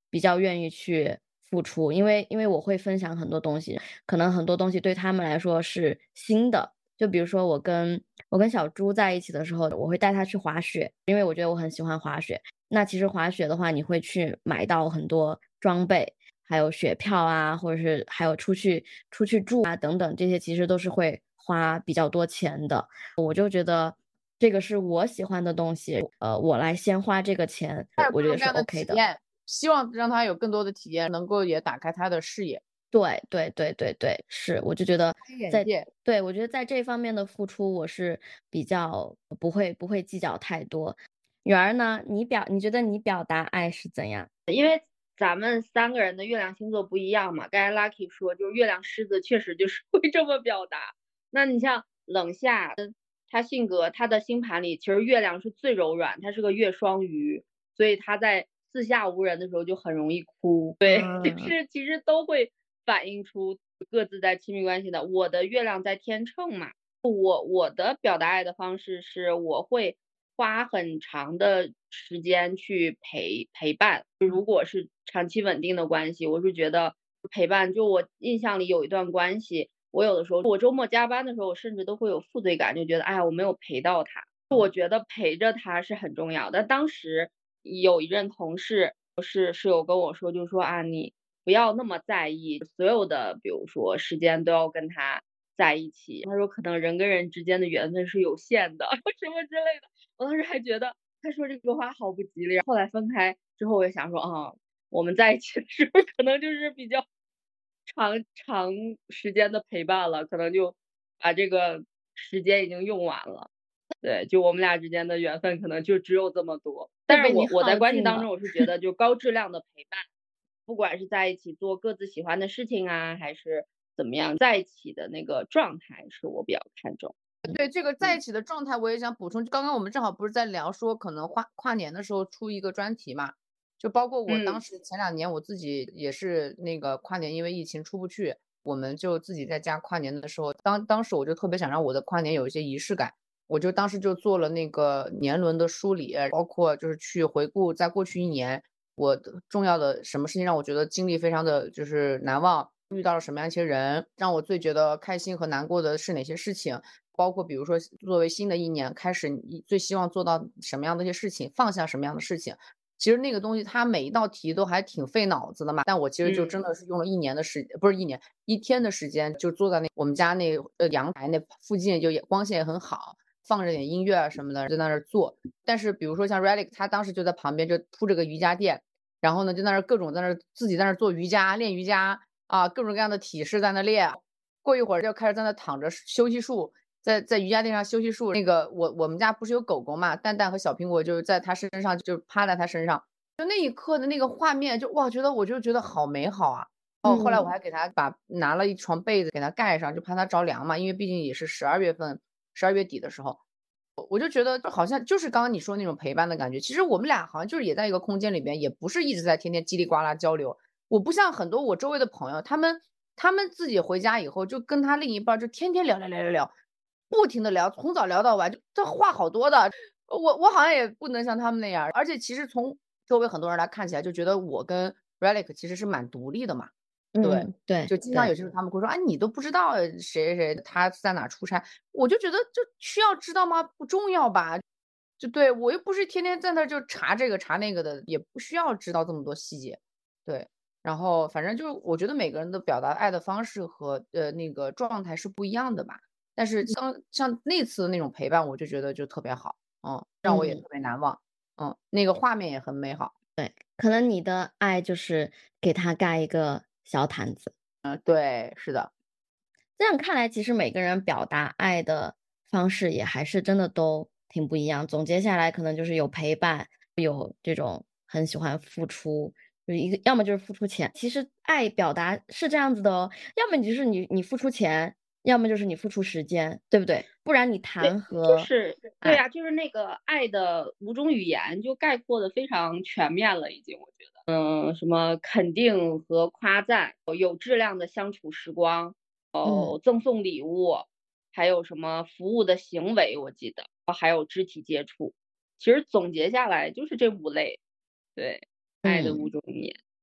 比较愿意去付出，因为因为我会分享很多东西，可能很多东西对他们来说是新的。就比如说我跟我跟小猪在一起的时候，我会带他去滑雪，因为我觉得我很喜欢滑雪。那其实滑雪的话，你会去买到很多装备，还有雪票啊，或者是还有出去出去住啊等等，这些其实都是会花比较多钱的。我就觉得这个是我喜欢的东西，呃，我来先花这个钱，我觉得是 OK 的。 希望让他有更多的体验，能够也打开他的视野。 对对对对对，是，我就觉得在对我觉得在这方面的付出，我是比较不会不会计较太多。圆儿呢，你表你觉得你表达爱是怎样？ 因为咱们三个人的月亮星座不一样嘛，刚才 Lucky 说，就是月亮狮子确实就是会这么表达。那你像冷夏，他性格他的星盘里其实月亮是最柔软，他是个月双鱼，所以他在四下无人的时候就很容易哭。对， 嗯、 就是其实都会反映出各自在亲密关系的。我的月亮在天秤嘛，我我的表达爱的方式是我会花很长的时间去陪陪伴。如果是长期稳定的关系，我是觉得陪伴，就我印象里有一段关系，我有的时候我周末加班的时候，我甚至都会有负罪感，就觉得哎呀我没有陪到他。我觉得陪着他是很重要的。当时有一任同事是是有跟我说，就说啊你不要那么在意所有的，比如说时间都要跟他在一起。他说可能人跟人之间的缘分是有限的，什么之类的。我当时还觉得他说这个话好不吉利。后来分开之后，我也想说啊、嗯，我们在一起的时候可能就是比较长长时间的陪伴了，可能就把这个时间已经用完了。对，就我们俩之间的缘分可能就只有这么多。但是我我在关系当中，我是觉得就高质量的陪伴，不管是在一起做各自喜欢的事情啊，还是怎么样，在一起的那个状态是我比较看重。 对，这个在一起的状态我也想补充，刚刚我们正好不是在聊说可能跨跨年的时候出一个专题嘛，就包括我当时前两年我自己也是那个跨年，因为疫情出不去，我们就自己在家跨年的时候，当当时我就特别想让我的跨年有一些仪式感，我就当时就做了那个年轮的梳理，包括就是去回顾在过去一年我重要的什么事情让我觉得经历非常的就是难忘，遇到了什么样一些人，让我最觉得开心和难过的是哪些事情，包括比如说作为新的一年开始，你最希望做到什么样的一些事情，放下什么样的事情。其实那个东西它每一道题都还挺费脑子的嘛，但我其实就真的是用了一年的时、嗯、不是一年一天的时间，就坐在那我们家那呃阳台那附近，就也光线也很好，放着点音乐啊什么的，就在那儿做。但是比如说像 Relic 他当时就在旁边就铺着个瑜伽垫，然后呢就在那儿各种在那儿自己在那儿做瑜伽练瑜伽啊，各种各样的体式在那练，过一会儿就开始在那躺着休息术，在在瑜伽垫上休息术。那个我我们家不是有狗狗嘛，蛋蛋和小苹果就在他身上，就趴在他身上，就那一刻的那个画面，就哇，觉得我就觉得好美好啊。哦，后来我还给他把拿了一床被子给他盖上，就怕他着凉嘛，因为毕竟也是十二月份，十二月底的时候，我就觉得好像就是刚刚你说那种陪伴的感觉。其实我们俩好像就是也在一个空间里边，也不是一直在天天叽里呱啦交流。我不像很多我周围的朋友，他们他们自己回家以后就跟他另一半就天天聊聊聊聊聊，不停的聊，从早聊到晚，就这话好多的。我我好像也不能像他们那样，而且其实从周围很多人来看起来，就觉得我跟 Relic 其实是蛮独立的嘛。对、 嗯、对， 就经常有些时候他们会说，哎，你都不知道谁谁谁他在哪出差，我就觉得就需要知道吗？不重要吧？就对我又不是天天在那就查这个查那个的，也不需要知道这么多细节。对，然后反正就我觉得每个人的表达爱的方式和呃那个状态是不一样的吧。但是像像那次的那种陪伴，我就觉得就特别好，嗯，让我也特别难忘，嗯，那个画面也很美好。 对，可能你的爱就是给他盖一个小毯子。 嗯，对，是的。 这样看来，其实每个人表达爱的方式也还是真的都挺不一样。总结下来，可能就是有陪伴，有这种很喜欢付出，就是一个要么就是付出钱。其实爱表达是这样子的哦，要么你就是你你付出钱，要么就是你付出时间，对不对？不然你谈何就是对呀、啊，就是那个爱的五种语言就概括的非常全面了，已经我觉得，嗯，什么肯定和夸赞，有质量的相处时光。哦，赠送礼物，还有什么服务的行为，我记得还有肢体接触。其实总结下来就是这五类，对，爱的五种语言。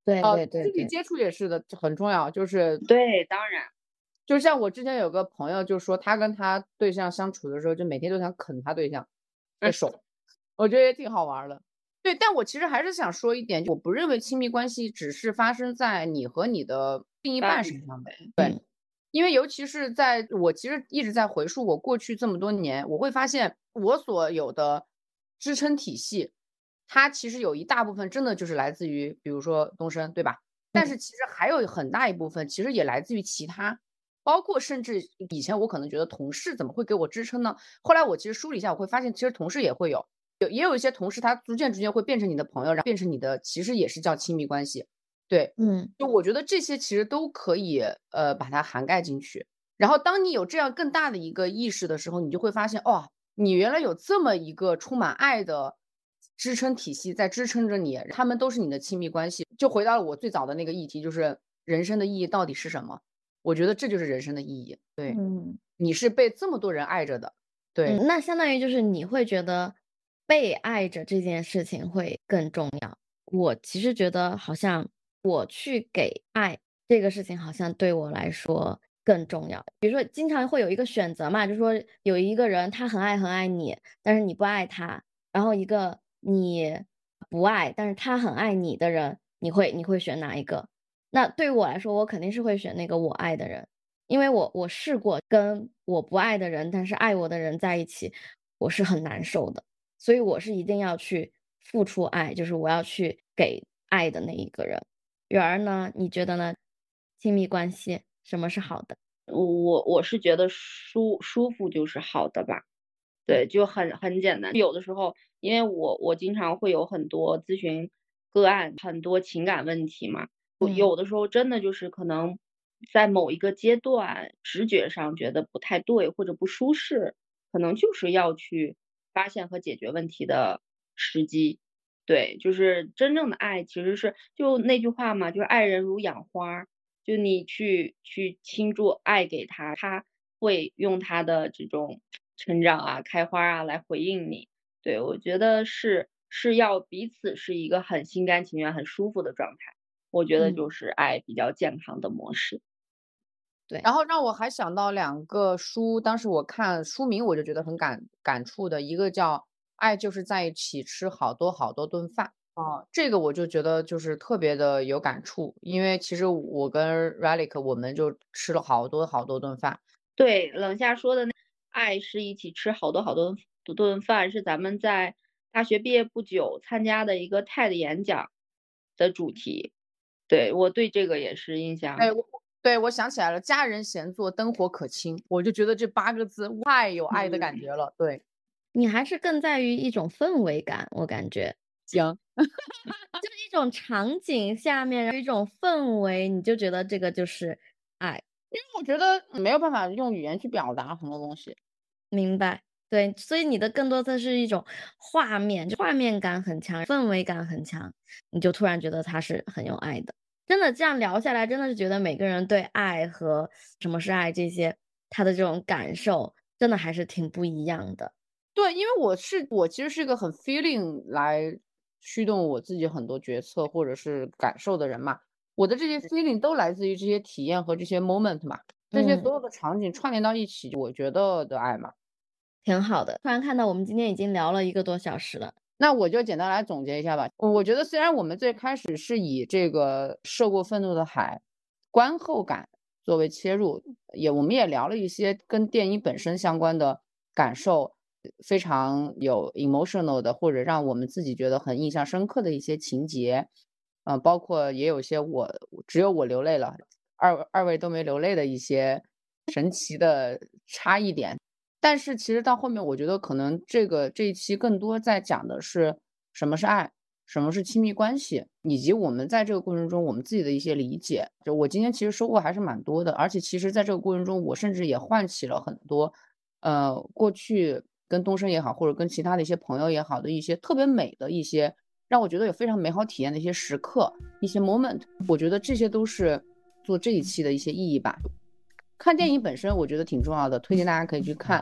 对呃， 对对对， 肢体接触也是的，很重要。就是对，当然， 就像我之前有个朋友就说，他跟他对象相处的时候，就每天都想啃他对象的手，我觉得也挺好玩的。对，但我其实还是想说一点，我不认为亲密关系只是发生在你和你的另一半伴侣身上的。 嗯因为尤其是在我其实一直在回溯我过去这么多年，我会发现我所有的支撑体系，它其实有一大部分真的就是来自于，比如说东升，对吧？但是其实还有很大一部分其实也来自于其他，包括甚至以前我可能觉得同事怎么会给我支撑呢？后来我其实梳理一下，我会发现其实同事也会有，有也有一些同事他逐渐逐渐会变成你的朋友，然后变成你的，其实也是叫亲密关系。对， 嗯就我觉得这些其实都可以呃把它涵盖进去。然后当你有这样更大的一个意识的时候，你就会发现，哦，你原来有这么一个充满爱的支撑体系在支撑着你，他们都是你的亲密关系。就回到了我最早的那个议题，就是人生的意义到底是什么？我觉得这就是人生的意义。对， 嗯你是被这么多人爱着的。对， 嗯，那相当于就是你会觉得被爱着这件事情会更重要。我其实觉得好像我去给爱这个事情，好像对我来说更重要。比如说，经常会有一个选择嘛，就是说有一个人他很爱很爱你，但是你不爱他，然后一个你不爱，但是他很爱你的人，你会你会选哪一个？那对于我来说，我肯定是会选那个我爱的人。因为我我试过跟我不爱的人，但是爱我的人在一起，我是很难受的。所以我是一定要去付出爱，就是我要去给爱的那一个人。月儿呢，你觉得呢？亲密关系什么是好的？ 我我是觉得舒舒服就是好的吧。对，就很很简单。有的时候，因为我我经常会有很多咨询个案，很多情感问题嘛，我嗯有的时候真的就是可能在某一个阶段，直觉上觉得不太对或者不舒适，可能就是要去发现和解决问题的时机。对，就是真正的爱其实是就那句话嘛，就是爱人如养花儿，就你去去倾注爱给他，他会用他的这种成长啊、开花啊来回应你。对，我觉得是是要彼此是一个很心甘情愿、很舒服的状态，我觉得嗯， 就是爱比较健康的模式。 对， 然后让我还想到两个书，当时我看书名我就觉得很感感触的，一个叫《爱就是在一起吃好多好多顿饭》。哦，这个我就觉得就是特别的有感触，因为其实我跟 Relic 我们就吃了好多好多顿饭。 对，冷夏说的那爱是一起吃好多好多多顿饭，是咱们在大学毕业不久参加的一个 TED 演讲的主题。对，我对这个也是印象哎，我对，我想起来了，家人闲坐，灯火可亲，我就觉得这八个字太有爱的感觉了。对， 你还是更在于一种氛围感，我感觉行， 就是一种场景下面有一种氛围，你就觉得这个就是爱。 因为我觉得没有办法用语言去表达很多东西。 明白，对，所以你的更多的是一种画面，就画面感很强，氛围感很强，你就突然觉得他是很有爱的。真的这样聊下来，真的是觉得每个人对爱和什么是爱这些，他的这种感受，真的还是挺不一样的。 对，因为我是我其实是一个很 feeling 来驱动我自己很多决策或者是感受的人嘛。我的这些 feeling 都来自于这些体验和这些 moment 嘛，这些所嗯， 有的场景串联到一起，我觉得的爱嘛。 挺好的。突然看到我们今天已经聊了一个多小时了。 那我就简单来总结一下吧。我觉得虽然我们最开始是以这个涉过愤怒的海观后感作为切入，也我们也聊了一些跟电影本身相关的感受，非常有 emotional 的，或者让我们自己觉得很印象深刻的一些情节，呃，包括也有些我只有我流泪了，二二位都没流泪的一些神奇的差异点。但是其实到后面，我觉得可能这个这一期更多在讲的是什么是爱，什么是亲密关系，以及我们在这个过程中我们自己的一些理解。就我今天其实收获还是蛮多的，而且其实在这个过程中，我甚至也唤起了很多，呃，过去跟东升也好，或者跟其他的一些朋友也好的一些特别美的一些，让我觉得有非常美好体验的一些时刻，一些 moment。我觉得这些都是做这一期的一些意义吧。看电影本身我觉得挺重要的，推荐大家可以去看。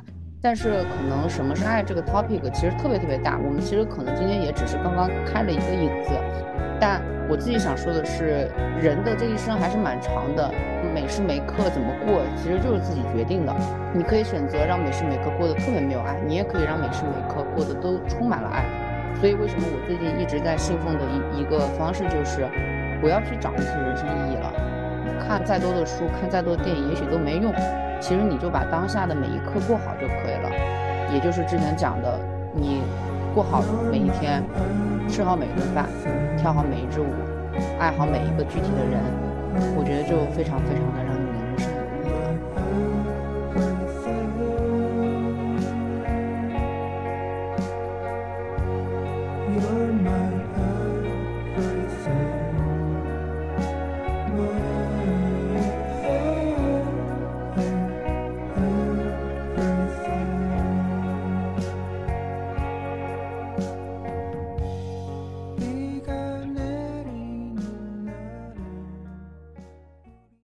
但是可能什么是爱这个 topic 其实特别特别大，我们其实可能今天也只是刚刚开了一个影子，但我自己想说的是，人的这一生还是蛮长的，每时每刻怎么过其实就是自己决定的。你可以选择让每时每刻过得特别没有爱，你也可以让每时每刻过得都充满了爱。所以为什么我最近一直在信奉的一一个方式就是不要去找那些人生意义了，看再多的书，看再多的电影也许都没用，其实你就把当下的每一刻过好就可以了。也就是之前讲的，你过好每一天，吃好每一顿饭，跳好每一支舞，爱好每一个具体的人，我觉得就非常非常的让你